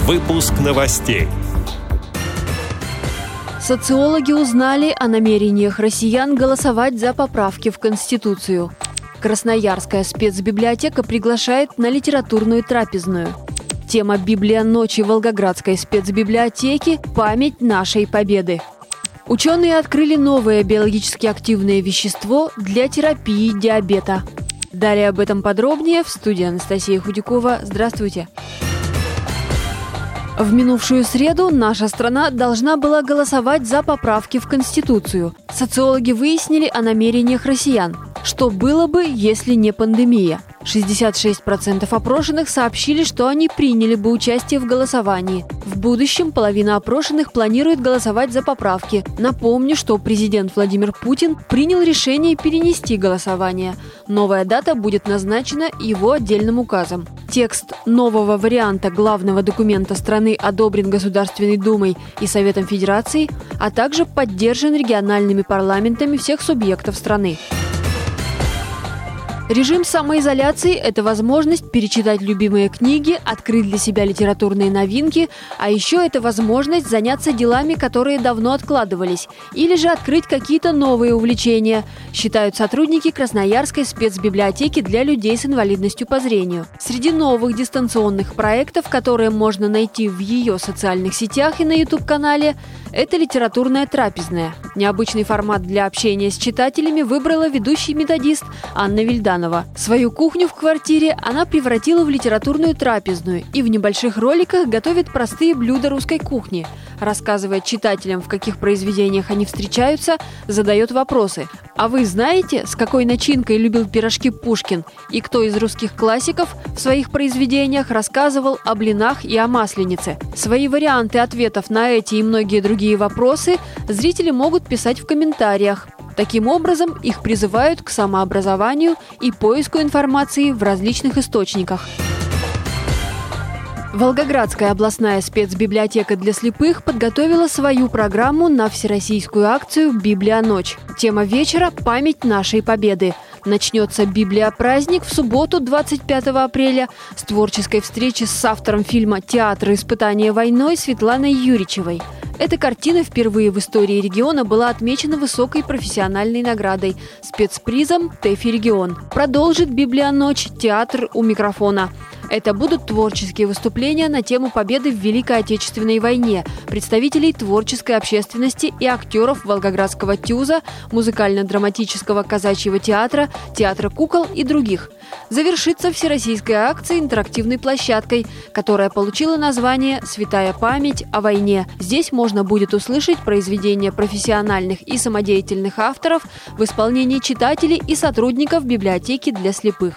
Выпуск новостей. Социологи узнали о намерениях россиян голосовать за поправки в Конституцию. Красноярская спецбиблиотека приглашает на литературную трапезную. Тема «Библия ночи» Волгоградской спецбиблиотеки «Память нашей победы». Ученые открыли новое биологически активное вещество для терапии диабета. Далее об этом подробнее в студии Анастасия Худякова. Здравствуйте! В минувшую среду наша страна должна была голосовать за поправки в Конституцию. Социологи выяснили о намерениях россиян. Что было бы, если не пандемия? 66% опрошенных сообщили, что они приняли бы участие в голосовании. В будущем половина опрошенных планирует голосовать за поправки. Напомню, что президент Владимир Путин принял решение перенести голосование. Новая дата будет назначена его отдельным указом. Текст нового варианта главного документа страны одобрен Государственной Думой и Советом Федерации, а также поддержан региональными парламентами всех субъектов страны. Режим самоизоляции – это возможность перечитать любимые книги, открыть для себя литературные новинки, а еще это возможность заняться делами, которые давно откладывались, или же открыть какие-то новые увлечения, считают сотрудники Красноярской спецбиблиотеки для людей с инвалидностью по зрению. Среди новых дистанционных проектов, которые можно найти в ее социальных сетях и на YouTube-канале, это литературная трапезная. Необычный формат для общения с читателями выбрала ведущий методист Анна Вильданова. Свою кухню в квартире она превратила в литературную трапезную и в небольших роликах готовит простые блюда русской кухни. Рассказывает читателям, в каких произведениях они встречаются, задает вопросы. А вы знаете, с какой начинкой любил пирожки Пушкин? И кто из русских классиков в своих произведениях рассказывал о блинах и о масленице? Свои варианты ответов на эти и многие другие вопросы зрители могут писать в комментариях. Таким образом, их призывают к самообразованию и поиску информации в различных источниках. Волгоградская областная спецбиблиотека для слепых подготовила свою программу на всероссийскую акцию «Библия ночь». Тема вечера – «Память нашей победы». Начнется «Библия-праздник» в субботу, 25 апреля, с творческой встречи с автором фильма «Театр испытания войной» Светланой Юричевой. Эта картина впервые в истории региона была отмечена высокой профессиональной наградой – спецпризом «ТЭФИ Регион». Продолжит «Библия ночь» театр у микрофона. Это будут творческие выступления на тему победы в Великой Отечественной войне, представителей творческой общественности и актеров Волгоградского ТЮЗа, музыкально-драматического казачьего театра, театра кукол и других. Завершится всероссийская акция интерактивной площадкой, которая получила название «Святая память о войне». Здесь можно будет услышать произведения профессиональных и самодеятельных авторов в исполнении читателей и сотрудников библиотеки для слепых.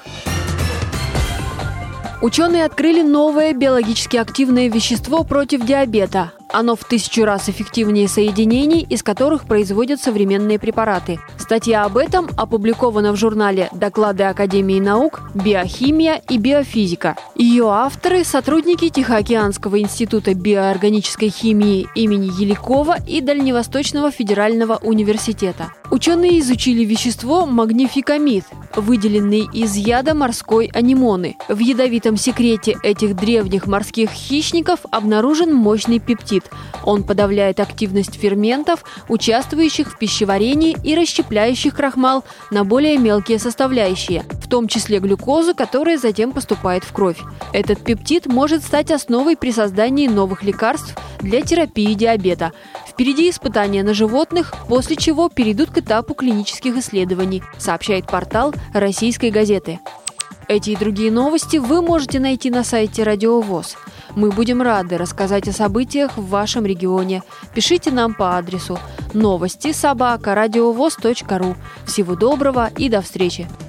Ученые открыли новое биологически активное вещество против диабета. Оно в 1000 раз эффективнее соединений, из которых производят современные препараты. Статья об этом опубликована в журнале «Доклады Академии наук. Биохимия и биофизика». Ее авторы – сотрудники Тихоокеанского института биоорганической химии имени Еликова и Дальневосточного федерального университета. Ученые изучили вещество магнификамид, выделенный из яда морской анимоны. В ядовитом секрете этих древних морских хищников обнаружен мощный пептид. Он подавляет активность ферментов, участвующих в пищеварении и расщепляющих крахмал на более мелкие составляющие, в том числе глюкозу, которая затем поступает в кровь. Этот пептид может стать основой при создании новых лекарств для терапии диабета. Впереди испытания на животных, после чего перейдут к этапу клинических исследований, сообщает портал «Российской газеты». Эти и другие новости вы можете найти на сайте Радио ВОС. Мы будем рады рассказать о событиях в вашем регионе. Пишите нам по адресу новости@радиовос.ру. Всего доброго и до встречи!